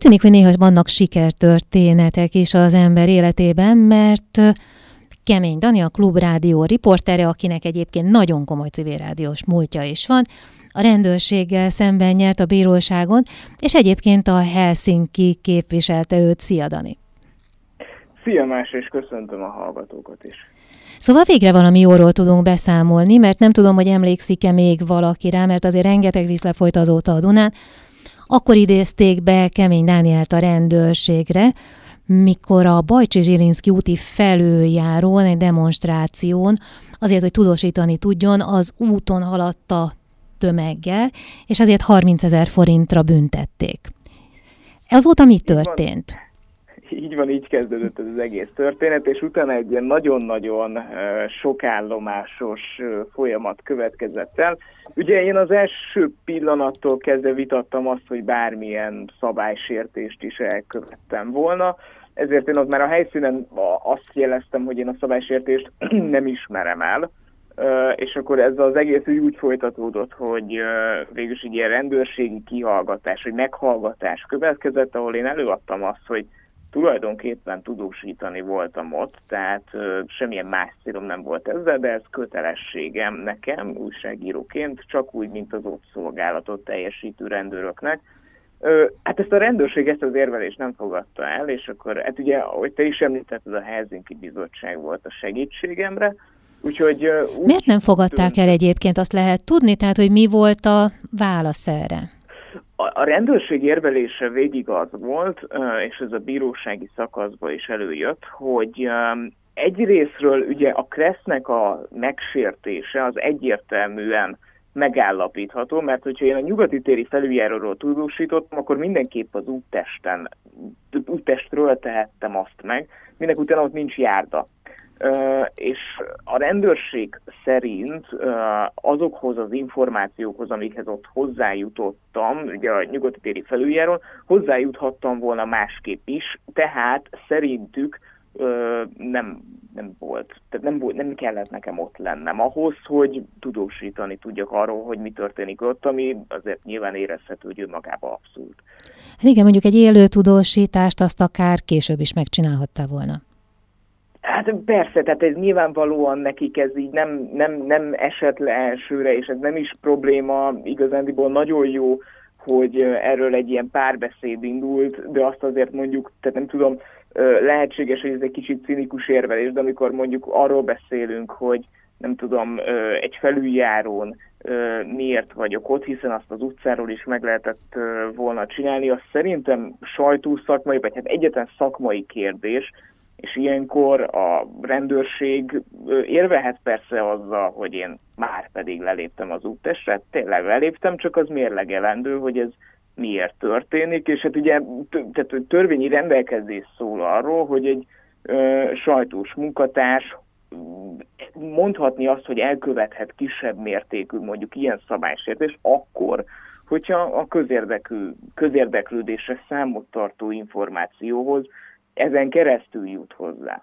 tűnik, hogy néha vannak sikertörténetek is az ember életében, mert Kemény Dani, a Klubrádió riportere, akinek egyébként nagyon komoly civil rádiós múltja is van, a rendőrséggel szemben nyert a bíróságon, és egyébként a Helsinki képviselte őt. Szia, Dani! Szia, Más, és köszöntöm a hallgatókat is. Szóval végre valami jóról tudunk beszámolni, mert nem tudom, hogy emlékszik-e még valaki rá, mert azért rengeteg víz lefolyt azóta a Dunán. Akkor idézték be Kemény Dánielt a rendőrségre, mikor a Bajcsy-Zsilinszky úti felüljárón, egy demonstráción, azért, hogy tudósítani tudjon, az úton haladt a tömeggel, és ezért 30 000 forintra büntették. Azóta mi történt? Így van, így kezdődött ez az egész történet, és utána egy ilyen nagyon-nagyon sokállomásos folyamat következett el. Ugye én az első pillanattól kezdve vitattam azt, hogy bármilyen szabálysértést is elkövettem volna, ezért én ott már a helyszínen azt jeleztem, hogy én a szabálysértést nem ismerem el, és akkor ez az egész úgy folytatódott, hogy végülis egy ilyen rendőrségi kihallgatás, vagy meghallgatás következett, ahol én előadtam azt, hogy tulajdonképpen tudósítani voltam ott, tehát semmilyen más célom nem volt ezzel, de ez kötelességem nekem újságíróként, csak úgy, mint az ott szolgálatot teljesítő rendőröknek. Hát ezt a rendőrség ezt az érvelést nem fogadta el, és akkor, hát ugye, ahogy te is említetted, a Helsinki Bizottság volt a segítségemre, úgyhogy... Miért nem fogadták el egyébként, azt lehet tudni, tehát hogy mi volt a válasz erre? A rendőrség érvelése végig az volt, és ez a bírósági szakaszban is előjött, hogy egyrészről ugye a Kressznek a megsértése az egyértelműen megállapítható, mert hogyha én a nyugati téri felüljáróról tudósítottam, akkor mindenképp az úttestről tehettem azt meg, mindenek utána ott nincs járda. És a rendőrség szerint azokhoz az információkhoz, amikhez ott hozzájutottam, ugye a nyugati téri felüljáron, hozzájuthattam volna másképp is, tehát szerintük nem volt, tehát nem kellett nekem ott lennem ahhoz, hogy tudósítani tudjak arról, hogy mi történik ott, ami azért nyilván érezhető, hogy önmagában abszurd. Hát igen, mondjuk egy élő tudósítást azt akár később is megcsinálhattál volna. Hát persze, tehát ez nyilvánvalóan nekik ez így nem esett le elsőre, és ez nem is probléma, igazándiból nagyon jó, hogy erről egy ilyen párbeszéd indult, de azt azért mondjuk, tehát nem tudom, lehetséges, hogy ez egy kicsit cinikus érvelés, de amikor mondjuk arról beszélünk, hogy nem tudom, egy felüljárón miért vagyok ott, hiszen azt az utcáról is meg lehetett volna csinálni, az szerintem sajtószakmai, vagy hát egyetlen szakmai kérdés, és ilyenkor a rendőrség érvelhet persze azzal, hogy én már pedig leléptem az úttestre, tényleg leléptem, csak az mérlegelendő, hogy ez miért történik, és hát ugye tehát törvényi rendelkezés szól arról, hogy egy sajtós munkatárs mondhatni azt, hogy elkövethet kisebb mértékű mondjuk ilyen szabálysértés, akkor, hogyha a közérdeklődésre számot tartó információhoz ezen keresztül jut hozzá.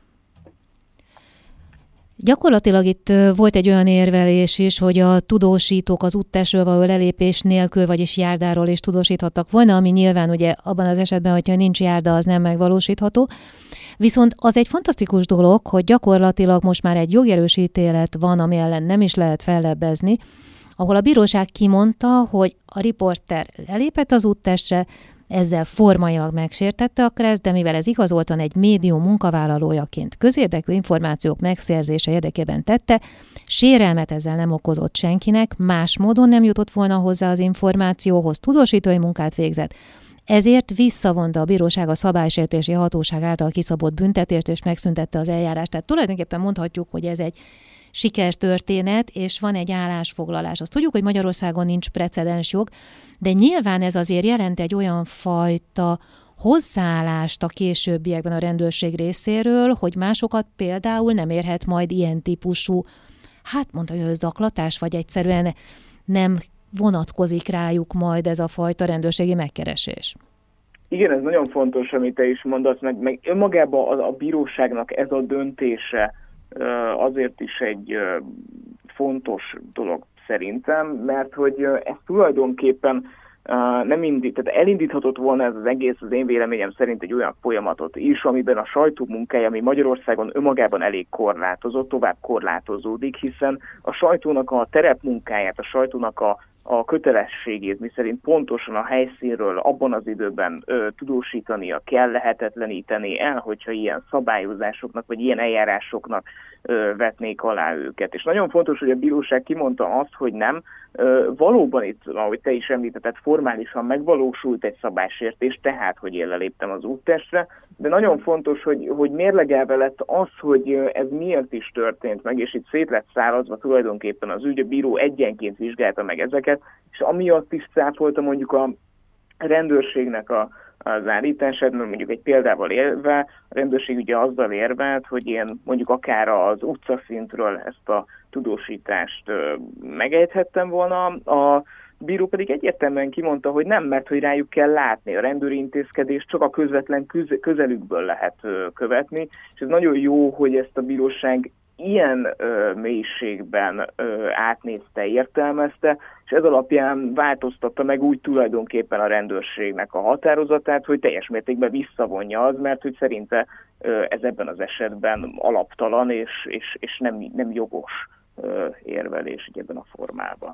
Gyakorlatilag itt volt egy olyan érvelés is, hogy a tudósítók az úttestről való lelépés nélkül, vagyis járdáról is tudósíthattak volna, ami nyilván ugye abban az esetben, hogyha nincs járda, az nem megvalósítható. Viszont az egy fantasztikus dolog, hogy gyakorlatilag most már egy jogerős ítélet van, ami ellen nem is lehet fellebbezni, ahol a bíróság kimondta, hogy a riporter lelépett az úttestre, ezzel formailag megsértette a Kressz, de mivel ez igazoltan egy médium munkavállalójaként közérdekű információk megszerzése érdekében tette, sérelmet ezzel nem okozott senkinek, más módon nem jutott volna hozzá az információhoz, tudósítói munkát végzett. Ezért visszavonta a bíróság a szabálysértési hatóság által kiszabott büntetést, és megszüntette az eljárást. Tehát tulajdonképpen mondhatjuk, hogy ez egy sikertörténet, és van egy állásfoglalás. Azt tudjuk, hogy Magyarországon nincs precedens jog, de nyilván ez azért jelent egy olyan fajta hozzáállást a későbbiekben a rendőrség részéről, hogy másokat például nem érhet majd ilyen típusú, hát mondta, hogy zaklatás, vagy egyszerűen nem vonatkozik rájuk majd ez a fajta rendőrségi megkeresés. Igen, ez nagyon fontos, amit te is mondasz, meg önmagában a bíróságnak ez a döntése azért is egy fontos dolog szerintem, mert hogy ez tulajdonképpen tehát elindíthatott volna ez az egész, az én véleményem szerint egy olyan folyamatot is, amiben a sajtó munkája, ami Magyarországon önmagában elég korlátozott, tovább korlátozódik, hiszen a sajtónak a terepmunkáját, a sajtónak a kötelességét, miszerint pontosan a helyszínről abban az időben tudósítania kell, lehetetleníteni el, hogyha ilyen szabályozásoknak vagy ilyen eljárásoknak vetnék alá őket. És nagyon fontos, hogy a bíróság kimondta azt, hogy nem. Valóban itt, ahogy te is említetted, formálisan megvalósult egy szabálysértés, tehát, hogy én leléptem az úttestre, de nagyon fontos, hogy mérlegelve lett az, hogy ez miért is történt meg, és itt szét lett szárazva tulajdonképpen az ügy, a bíró egyenként vizsgálta meg ezeket, és amiatt is cáfolta mondjuk a rendőrségnek az állítását, mert mondjuk egy példával élve, a rendőrség ugye azzal érvelt, hogy én mondjuk akár az utcaszintről ezt a tudósítást megejthettem volna, a bíró pedig egyértelműen kimondta, hogy nem, mert hogy rájuk kell látni, a rendőri intézkedést csak a közvetlen közelükből lehet követni, és ez nagyon jó, hogy ezt a bíróság ilyen mélységben átnézte, értelmezte, és ez alapján változtatta meg úgy tulajdonképpen a rendőrségnek a határozatát, hogy teljes mértékben visszavonja az, mert hogy szerinte ez ebben az esetben alaptalan és nem jogos érvelés ebben a formában.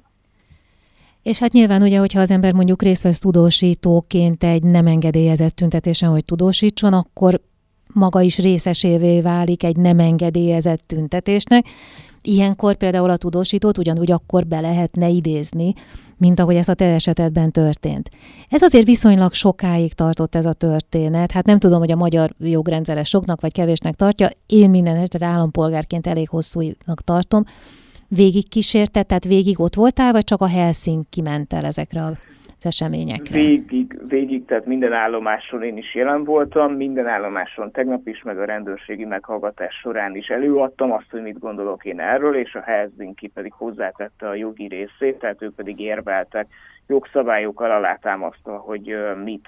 És hát nyilván ugye, hogyha az ember mondjuk részt vesz tudósítóként egy nem engedélyezett tüntetésen, hogy tudósítson, akkor maga is részesévé válik egy nem engedélyezett tüntetésnek. Ilyenkor például a tudósítót ugyanúgy akkor be lehetne idézni, mint ahogy ez a te esetedben történt. Ez azért viszonylag sokáig tartott ez a történet. Hát nem tudom, hogy a magyar jogrendszer soknak vagy kevésnek tartja. Én minden esetre állampolgárként elég hosszúnak tartom. Végig kísérted, tehát végig ott voltál, vagy csak a Helsinki ment el ezekre az eseményekre? Végig, tehát minden állomáson én is jelen voltam, minden állomáson tegnap is, meg a rendőrségi meghallgatás során is előadtam azt, hogy mit gondolok én erről, és a Helsinki pedig hozzátette a jogi részét, tehát ők pedig érveltek jogszabályokkal alátámasztva, hogy mit,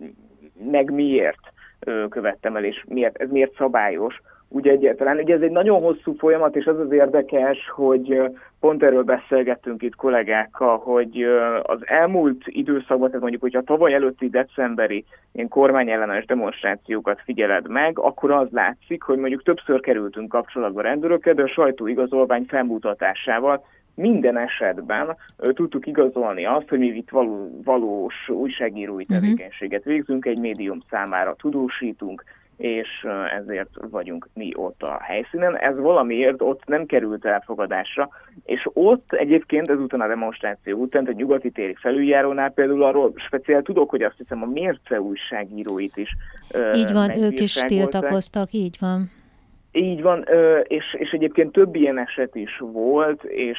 meg miért követtem el, és miért szabályos. Úgy egyáltalán. Ugye ez egy nagyon hosszú folyamat, és az az érdekes, hogy pont erről beszélgettünk itt kollégákkal, hogy az elmúlt időszakban, tehát mondjuk, hogyha tavaly előtti decemberi ilyen kormányellenes demonstrációkat figyeled meg, akkor az látszik, hogy mondjuk többször kerültünk kapcsolatba rendőrökkel, de a sajtóigazolvány felmutatásával minden esetben tudtuk igazolni azt, hogy mi itt valós újságírói tevékenységet végzünk, egy médium számára tudósítunk, és ezért vagyunk mi ott a helyszínen. Ez valamiért ott nem került elfogadásra, és ott egyébként ezután a demonstráció után, a nyugati téri felüljárónál például arról speciál tudok, hogy azt hiszem a Mérce újságíróit is így van, ők is tiltakoztak, így van. Így van, és egyébként több ilyen eset is volt, és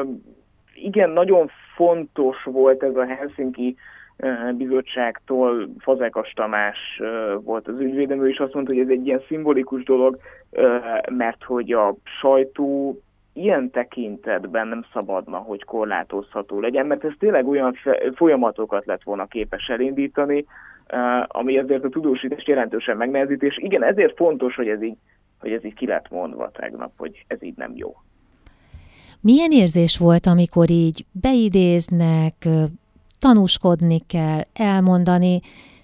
igen, nagyon fontos volt ez a Helsinki bizottságtól. Fazekas Tamás volt az ügyvédem, ő is azt mondta, hogy ez egy ilyen szimbolikus dolog, mert hogy a sajtó ilyen tekintetben nem szabadna, hogy korlátozható legyen, mert ez tényleg olyan folyamatokat lett volna képes elindítani, ami azért a tudósítást jelentősen megnehezíti, és igen, ezért fontos, hogy ez így ki lett mondva tegnap, hogy ez így nem jó. Milyen érzés volt, amikor így beidéznek, tanúskodni kell, elmondani?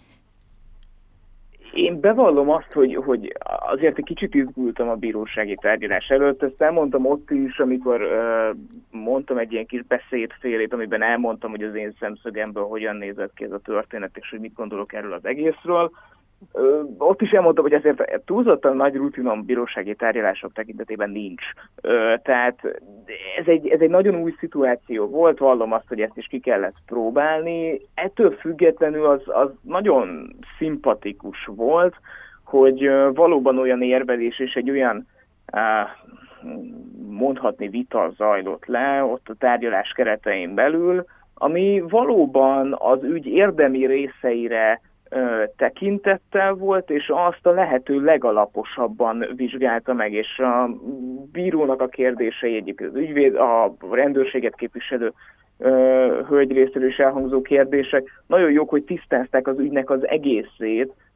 Én bevallom azt, hogy azért egy kicsit izgultam a bírósági tárgyalás előtt. Ezt elmondtam ott is, amikor mondtam egy ilyen kis beszédfélét, amiben elmondtam, hogy az én szemszögemből hogyan nézett ki ez a történet, és hogy mit gondolok erről az egészről. Ott is elmondtam, hogy azért túlzottan nagy rutinom bírósági tárgyalások tekintetében nincs. Tehát ez egy nagyon új szituáció volt, vallom azt, hogy ezt is ki kellett próbálni. Ettől függetlenül az nagyon szimpatikus volt, hogy valóban olyan érvelés és egy olyan mondhatni vita zajlott le ott a tárgyalás keretein belül, ami valóban az ügy érdemi részeire tekintettel volt, és azt a lehető legalaposabban vizsgálta meg, és a bírónak a kérdései egyébként az ügyvéd, a rendőrséget képviselő hölgy részéről is elhangzó kérdések nagyon jók, hogy tisztázták az ügynek az egészét,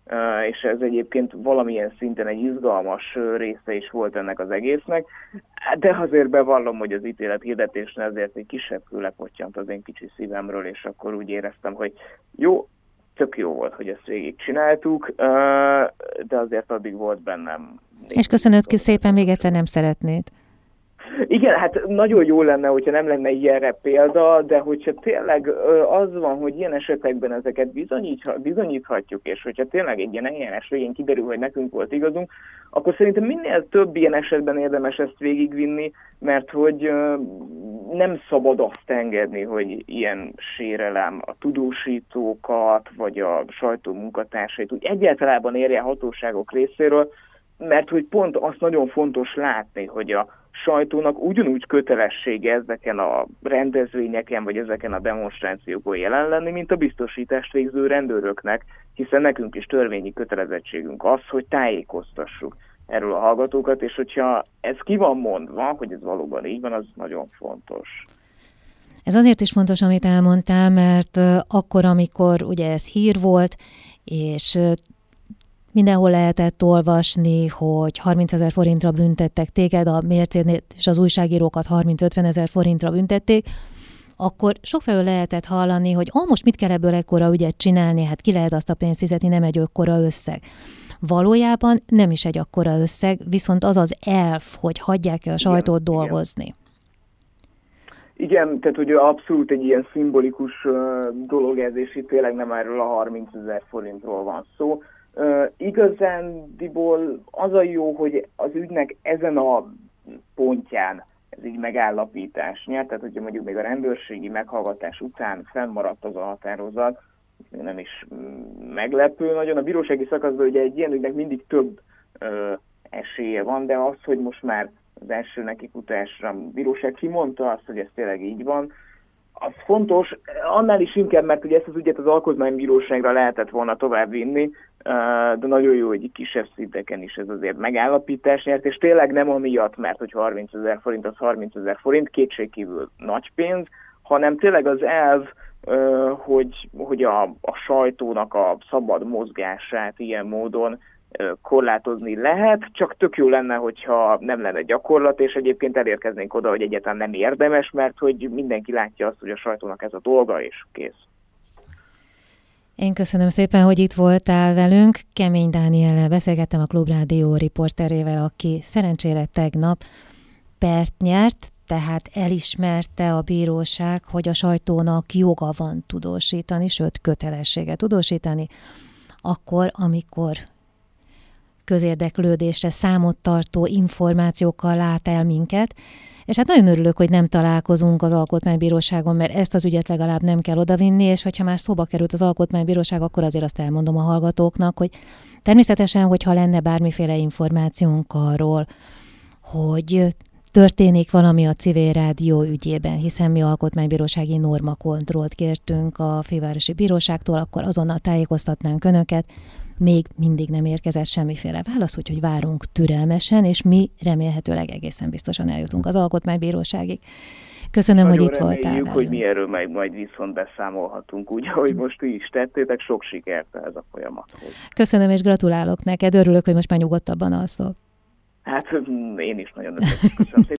és ez egyébként valamilyen szinten egy izgalmas része is volt ennek az egésznek, de azért bevallom, hogy az ítélet hirdetésnél azért egy kisebb kő lepottyant az én kicsi szívemről, és akkor úgy éreztem, hogy jó, tök jó volt, hogy ezt végigcsináltuk, de azért addig volt bennem. És köszönöd ki szépen, még egyszer nem szeretnéd. Igen, hát nagyon jó lenne, hogyha nem lenne ilyenre példa, de hogyha tényleg az van, hogy ilyen esetekben ezeket bizonyíthatjuk, és hogyha tényleg egy ilyen eljárás végén kiderül, hogy nekünk volt igazunk, akkor szerintem minél több ilyen esetben érdemes ezt végigvinni, mert hogy nem szabad azt engedni, hogy ilyen sérelem a tudósítókat, vagy a sajtó munkatársait úgy egyáltalán érje a hatóságok részéről, mert hogy pont azt nagyon fontos látni, hogy a sajtónak ugyanúgy kötelessége ezeken a rendezvényeken, vagy ezeken a demonstrációkon jelen lenni, mint a biztosítást végző rendőröknek, hiszen nekünk is törvényi kötelezettségünk az, hogy tájékoztassuk erről a hallgatókat, és hogyha ez ki van mondva, hogy ez valóban így van, az nagyon fontos. Ez azért is fontos, amit elmondtál, mert akkor, amikor ugye ez hír volt, és mindenhol lehetett olvasni, hogy 30 000 forintra büntettek téged, a mércénél és az újságírókat 30-50 000 forintra büntették, akkor sokfelől lehetett hallani, hogy most mit kell ebből ekkora ügyet csinálni, hát ki lehet azt a pénzt fizetni, nem egy akkora összeg. Valójában nem is egy akkora összeg, viszont az az elv, hogy hagyják el a sajtót dolgozni. Igen, tehát hogy abszolút egy ilyen szimbolikus dolog ez, és itt tényleg nem erről a 30 000 forintról van szó. Igazándiból az a jó, hogy az ügynek ezen a pontján ez így megállapítás nyert, tehát hogyha mondjuk még a rendőrségi meghallgatás után fennmaradt az a határozat, nem is meglepő nagyon. A bírósági szakaszban ugye egy ilyen ügynek mindig több esélye van, de az, hogy most már az első nekifutásra a bíróság kimondta azt, hogy ez tényleg így van, az fontos, annál is inkább, mert ugye ezt az ügyet az alkotmánybíróságra lehetett volna tovább vinni, de nagyon jó, hogy kisebb szinteken is ez azért megállapítás nyert, és tényleg nem amiatt, mert hogy 30 000 forint az 30 000 forint, kétségkívül nagy pénz, hanem tényleg az elv, hogy a sajtónak a szabad mozgását ilyen módon korlátozni lehet, csak tök jó lenne, hogyha nem lenne gyakorlat, és egyébként elérkeznénk oda, hogy egyáltalán nem érdemes, mert hogy mindenki látja azt, hogy a sajtónak ez a dolga, és kész. Én köszönöm szépen, hogy itt voltál velünk. Kemény Dániellel beszélgettem, a Klubrádió riporterével, aki szerencsére tegnap pert nyert, tehát elismerte a bíróság, hogy a sajtónak joga van tudósítani, sőt kötelessége tudósítani, akkor, amikor közérdeklődésre számot tartó információkkal lát el minket, és hát nagyon örülök, hogy nem találkozunk az Alkotmánybíróságon, mert ezt az ügyet legalább nem kell odavinni, és hogyha már szóba került az Alkotmánybíróság, akkor azért azt elmondom a hallgatóknak, hogy természetesen, hogyha lenne bármiféle információnk arról, hogy történik valami a civil rádió ügyében, hiszen mi alkotmánybírósági normakontrollt kértünk a Fővárosi Bíróságtól, akkor azonnal tájékoztatnánk önöket. Még mindig nem érkezett semmiféle válasz, úgyhogy várunk türelmesen, és mi remélhetőleg egészen biztosan eljutunk az Alkotmánybíróságig. Köszönöm, nagyon hogy itt voltál velünk. Hogy mi erről majd viszont beszámolhatunk, úgy, ahogy most ti is tettétek. Sok sikert ez a folyamathoz. Köszönöm, és gratulálok neked. Örülök, hogy most már nyugodtabban alszol. Hát én is nagyon örülök. Köszönöm szépen.